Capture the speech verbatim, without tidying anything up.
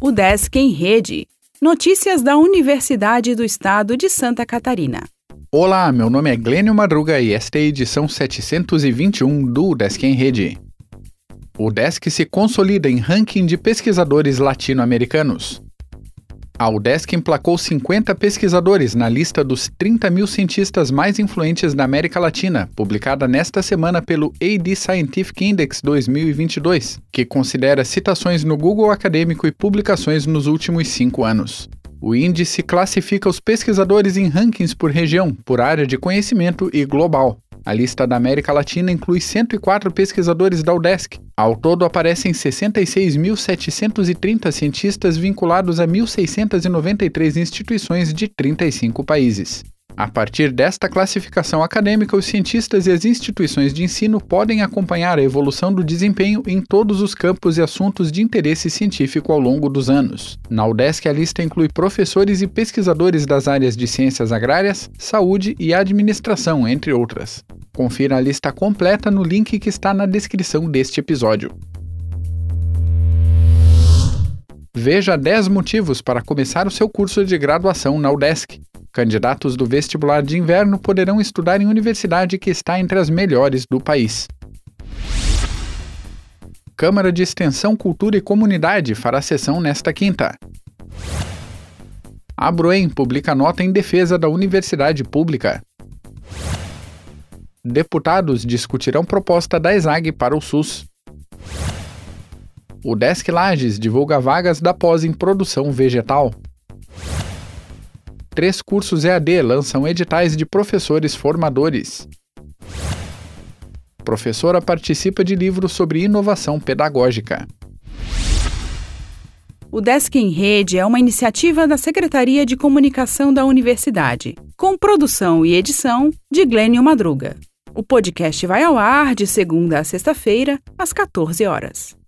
Udesc em Rede. Notícias da Universidade do Estado de Santa Catarina. Olá, meu nome é Glênio Madruga e esta é a edição setecentos e vinte e um do Udesc em Rede. O Udesc se consolida em ranking de pesquisadores latino-americanos. A Udesc emplacou cinquenta pesquisadores na lista dos trinta mil cientistas mais influentes da América Latina, publicada nesta semana pelo A D Scientific Index dois mil e vinte e dois, que considera citações no Google acadêmico e publicações nos últimos cinco anos. O índice classifica os pesquisadores em rankings por região, por área de conhecimento e global. A lista da América Latina inclui cento e quatro pesquisadores da Udesc. Ao todo, aparecem sessenta e seis mil setecentos e trinta cientistas vinculados a mil seiscentos e noventa e três instituições de trinta e cinco países. A partir desta classificação acadêmica, os cientistas e as instituições de ensino podem acompanhar a evolução do desempenho em todos os campos e assuntos de interesse científico ao longo dos anos. Na Udesc, a lista inclui professores e pesquisadores das áreas de ciências agrárias, saúde e administração, entre outras. Confira a lista completa no link que está na descrição deste episódio. Veja dez motivos para começar o seu curso de graduação na Udesc. Candidatos do vestibular de inverno poderão estudar em universidade que está entre as melhores do país. Câmara de Extensão, Cultura e Comunidade fará sessão nesta quinta. Abroem publica nota em defesa da universidade pública. Deputados discutirão proposta da ESAG para o SUS. Udesc Lages divulga vagas da pós em produção vegetal. Três cursos E A D lançam editais de professores formadores. Professora participa de livro sobre inovação pedagógica. O Udesc em Rede é uma iniciativa da Secretaria de Comunicação da Universidade, com produção e edição de Glênio Madruga. O podcast vai ao ar de segunda a sexta-feira, às quatorze horas.